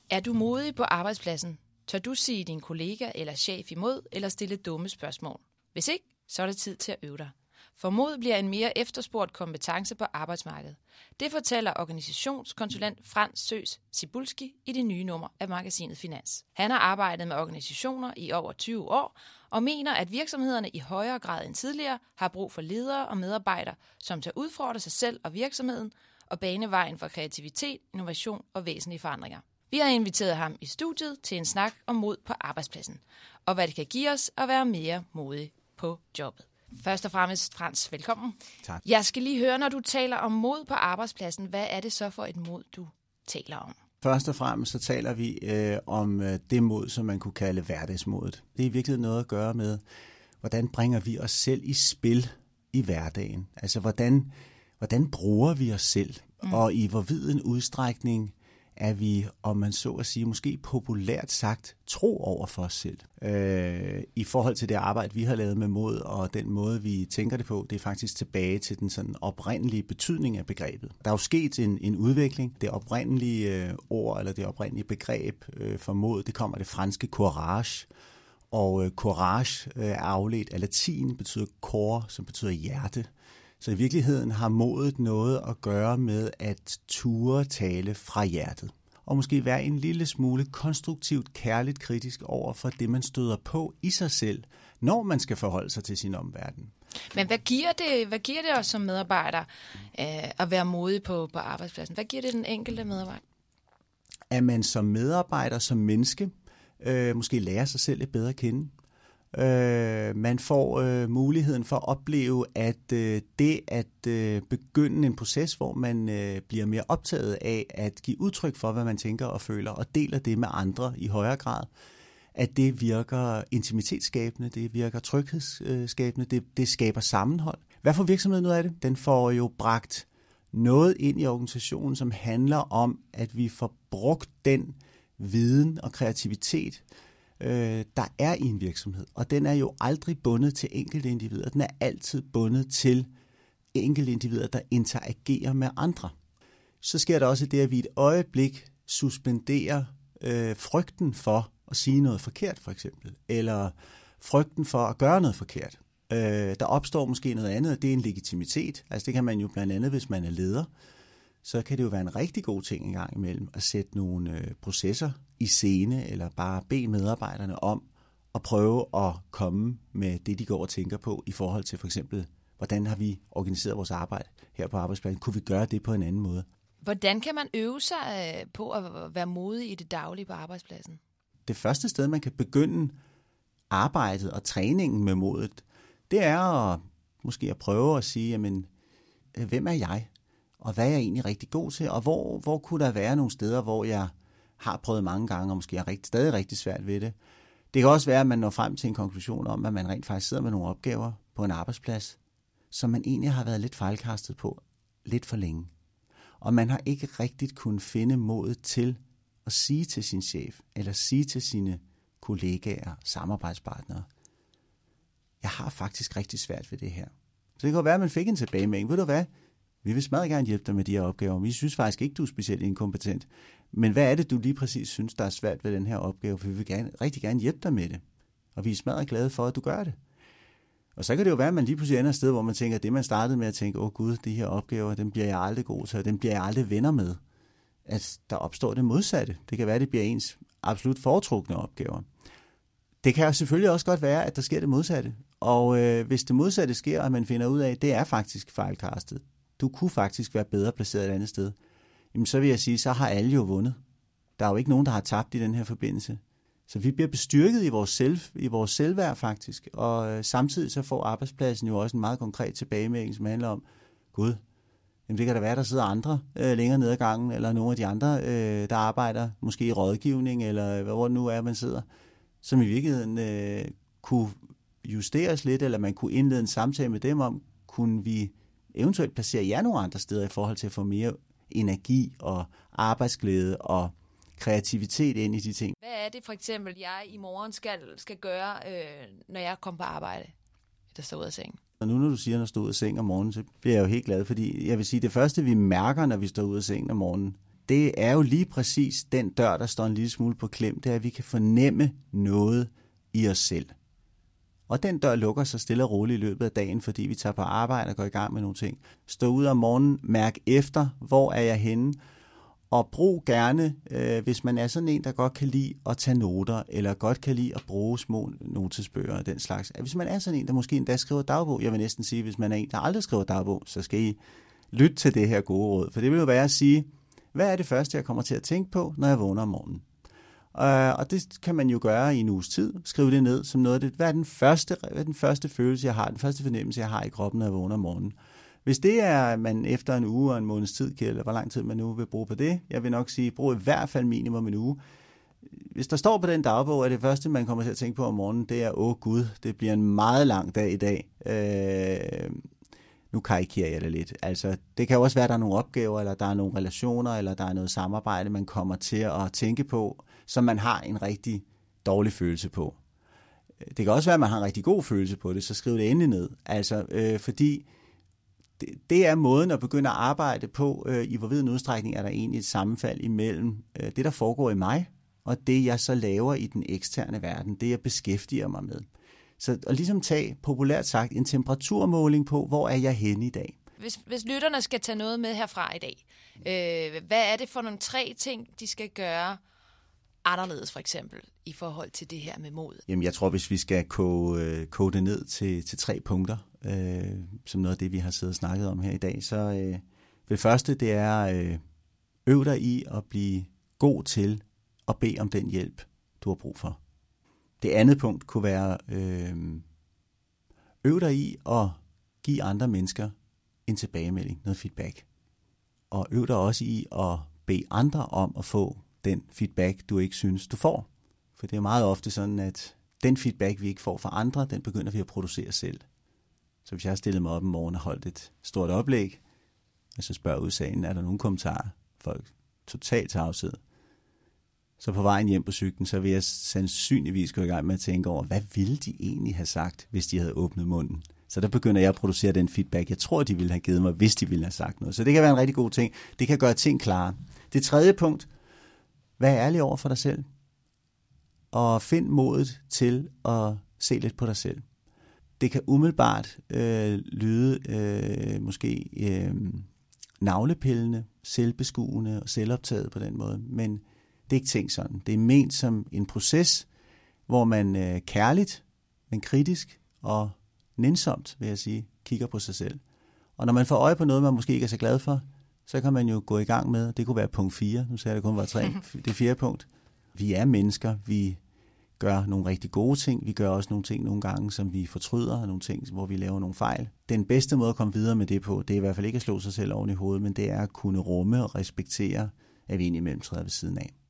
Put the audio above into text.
Er du modig på arbejdspladsen? Tør du sige din kollega eller chef imod, eller stille dumme spørgsmål? Hvis ikke, så er det tid til at øve dig. For mod bliver en mere efterspurgt kompetence på arbejdsmarkedet. Det fortæller organisationskonsulent Frans Søs Cibulski i det nye nummer af magasinet Finans. Han har arbejdet med organisationer i over 20 år og mener, at virksomhederne i højere grad end tidligere har brug for ledere og medarbejdere, som tør udfordre sig selv og virksomheden og bane vejen for kreativitet, innovation og væsentlige forandringer. Vi har inviteret ham i studiet til en snak om mod på arbejdspladsen, og hvad det kan give os at være mere modige på jobbet. Først og fremmest, Frans, velkommen. Tak. Jeg skal lige høre, når du taler om mod på arbejdspladsen, hvad er det så for et mod, du taler om? Først og fremmest så taler vi om det mod, som man kunne kalde hverdagsmodet. Det er virkelig noget at gøre med, hvordan bringer vi os selv i spil i hverdagen? Altså, hvordan bruger vi os selv? Og i hvor vid en udstrækning er vi, om man så at sige, måske populært sagt, tro over for os selv. I forhold til det arbejde, vi har lavet med mod, og den måde, vi tænker det på, det er faktisk tilbage til den sådan oprindelige betydning af begrebet. Der er jo sket en udvikling. Det oprindelige ord, eller det oprindelige begreb for mod, det kommer af det franske courage. Og courage er afledt af latin, betyder cor, som betyder hjerte. Så i virkeligheden har modet noget at gøre med at ture tale fra hjertet. Og måske være en lille smule konstruktivt, kærligt kritisk over for det, man støder på i sig selv, når man skal forholde sig til sin omverden. Men hvad giver det os som medarbejder at være modig på arbejdspladsen? Hvad giver det den enkelte medarbejder? At man som medarbejder, som menneske, måske lærer sig selv lidt bedre at kende. Man får muligheden for at opleve, at det at begynde en proces, hvor man bliver mere optaget af at give udtryk for, hvad man tænker og føler, og deler det med andre i højere grad, at det virker intimitetsskabende, det virker tryghedsskabende, det skaber sammenhold. Hvad får virksomheden ud af det? Den får jo bragt noget ind i organisationen, som handler om, at vi får brugt den viden og kreativitet, der er i en virksomhed. Og den er jo aldrig bundet til enkelte individer. Den er altid bundet til enkelte individer, der interagerer med andre. Så sker der også det, at vi et øjeblik suspenderer frygten for at sige noget forkert, for eksempel. Eller frygten for at gøre noget forkert. Der opstår måske noget andet, og det er en legitimitet. Altså det kan man jo blandt andet, hvis man er leder, så kan det jo være en rigtig god ting en gang imellem at sætte nogle processer i scene, eller bare bede medarbejderne om at prøve at komme med det, de går og tænker på, i forhold til for eksempel, hvordan har vi organiseret vores arbejde her på arbejdspladsen? Kunne vi gøre det på en anden måde? Hvordan kan man øve sig på at være modig i det daglige på arbejdspladsen? Det første sted, man kan begynde arbejdet og træningen med modet, det er måske at prøve at sige, jamen, hvem er jeg? Og hvad er jeg egentlig rigtig god til? Og hvor kunne der være nogle steder, hvor jeg har prøvet mange gange, og måske er stadig rigtig svært ved det. Det kan også være, at man når frem til en konklusion om, at man rent faktisk sidder med nogle opgaver på en arbejdsplads, som man egentlig har været lidt fejlkastet på lidt for længe. Og man har ikke rigtigt kunnet finde modet til at sige til sin chef, eller sige til sine kollegaer, samarbejdspartnere, jeg har faktisk rigtig svært ved det her. Så det kan være, at man fik en tilbagemelding. Ved du hvad? Vi vil smadret gerne hjælpe dig med de her opgaver. Vi synes faktisk ikke, du er specielt inkompetent. Men hvad er det, du lige præcis synes, der er svært ved den her opgave? For vi vil rigtig gerne hjælpe dig med det. Og vi er smadret glade for, at du gør det. Og så kan det jo være, at man lige pludselig ender et sted, hvor man tænker, at det man startede med at tænke, Gud, de her opgaver, dem bliver jeg aldrig god til, og dem bliver jeg aldrig venner med. At der opstår det modsatte. Det kan være, at det bliver ens absolut foretrukne opgaver. Det kan selvfølgelig også godt være, at der sker det modsatte. Og hvis det modsatte sker, og man finder ud af, at det er faktisk fejlkastet, du kunne faktisk være bedre placeret et andet sted, jamen så vil jeg sige, så har alle jo vundet. Der er jo ikke nogen, der har tabt i den her forbindelse. Så vi bliver bestyrket i vores selvværd faktisk, og samtidig så får arbejdspladsen jo også en meget konkret tilbagemelding, som handler om, Gud, jamen det kan da være, der sidder andre længere nede ad gangen, eller nogle af de andre, der arbejder måske i rådgivning, eller hvor det nu er, man sidder, som i virkeligheden kunne justeres lidt, eller man kunne indlede en samtale med dem om, kunne vi eventuelt placere jer nogle andre steder i forhold til at få mere energi og arbejdsglæde og kreativitet ind i de ting. Hvad er det for eksempel, jeg i morgen skal gøre, når jeg kommer på arbejde, der står ud af sengen? Og nu når du siger, når du står ud af sengen om morgenen, så bliver jeg jo helt glad, fordi jeg vil sige, det første vi mærker, når vi står ud af sengen om morgenen, det er jo lige præcis den dør, der står en lille smule på klem, det er, at vi kan fornemme noget i os selv. Og den dør lukker sig stille og roligt i løbet af dagen, fordi vi tager på arbejde og går i gang med nogle ting. Stå ud om morgenen, mærk efter, hvor er jeg henne, og brug gerne, hvis man er sådan en, der godt kan lide at tage noter, eller godt kan lide at bruge små notesbøger og den slags. Hvis man er sådan en, der måske endda skriver dagbog, jeg vil næsten sige, hvis man er en, der aldrig skriver dagbog, så skal I lytte til det her gode råd. For det vil jo være at sige, hvad er det første, jeg kommer til at tænke på, når jeg vågner om morgenen? Og det kan man jo gøre i en uges tid. Skriv det ned som noget af det. Hvad er den første følelse, jeg har, den første fornemmelse, jeg har i kroppen, når jeg vågner om morgenen? Hvis det er, man efter en uge og en måneds tid, eller hvor lang tid man nu vil bruge på det, jeg vil nok sige, brug i hvert fald minimum en uge. Hvis der står på den dagbog, at det første, man kommer til at tænke på om morgenen, det er, Gud, det bliver en meget lang dag i dag. Nu karikerer jeg det lidt. Altså, det kan jo også være, at der er nogle opgaver, eller der er nogle relationer, eller der er noget samarbejde, man kommer til at tænke på, som man har en rigtig dårlig følelse på. Det kan også være, at man har en rigtig god følelse på det, så skriv det endelig ned. Altså, fordi det er måden at begynde at arbejde på, i hvor vid en udstrækning er der egentlig et sammenfald imellem det, der foregår i mig, og det, jeg så laver i den eksterne verden, det jeg beskæftiger mig med. Så at ligesom tage, populært sagt, en temperaturmåling på, hvor er jeg henne i dag. Hvis lytterne skal tage noget med herfra i dag, hvad er det for nogle 3 ting, de skal gøre anderledes for eksempel, i forhold til det her med mod? Jamen, jeg tror, hvis vi skal koge det ned til 3 punkter, som noget af det, vi har siddet og snakket om her i dag, så det første, det er øv dig i at blive god til at bede om den hjælp, du har brug for. Det andet punkt kunne være, øv dig i at give andre mennesker en tilbagemelding, noget feedback. Og øv dig også i at bede andre om at få den feedback, du ikke synes, du får. For det er meget ofte sådan, at den feedback, vi ikke får fra andre, den begynder vi at producere selv. Så hvis jeg har stillet mig op en morgen og holdt et stort oplæg, og så spørger ud i salen, er der nogen kommentarer? Folk totalt tavshed. Så på vejen hjem på cyklen, så vil jeg sandsynligvis gå i gang med at tænke over, hvad ville de egentlig have sagt, hvis de havde åbnet munden? Så der begynder jeg at producere den feedback, jeg tror, de ville have givet mig, hvis de ville have sagt noget. Så det kan være en rigtig god ting. Det kan gøre ting klare. Det tredje punkt, vær ærlig over for dig selv. Og find modet til at se lidt på dig selv. Det kan umiddelbart lyde måske navlepillende, selvbeskuende og selvoptaget på den måde, men det er ikke tænkt sådan. Det er ment som en proces, hvor man kærligt, men kritisk og nænsomt, vil jeg sige, kigger på sig selv. Og når man får øje på noget, man måske ikke er så glad for, så kan man jo gå i gang med, det kunne være punkt 4, nu sagde jeg, det kun var 3, det 4. punkt. Vi er mennesker, vi gør nogle rigtig gode ting, vi gør også nogle ting nogle gange, som vi fortryder, og nogle ting, hvor vi laver nogle fejl. Den bedste måde at komme videre med det på, det er i hvert fald ikke at slå sig selv oven i hovedet, men det er at kunne rumme og respektere, at vi indimellem træder ved siden af.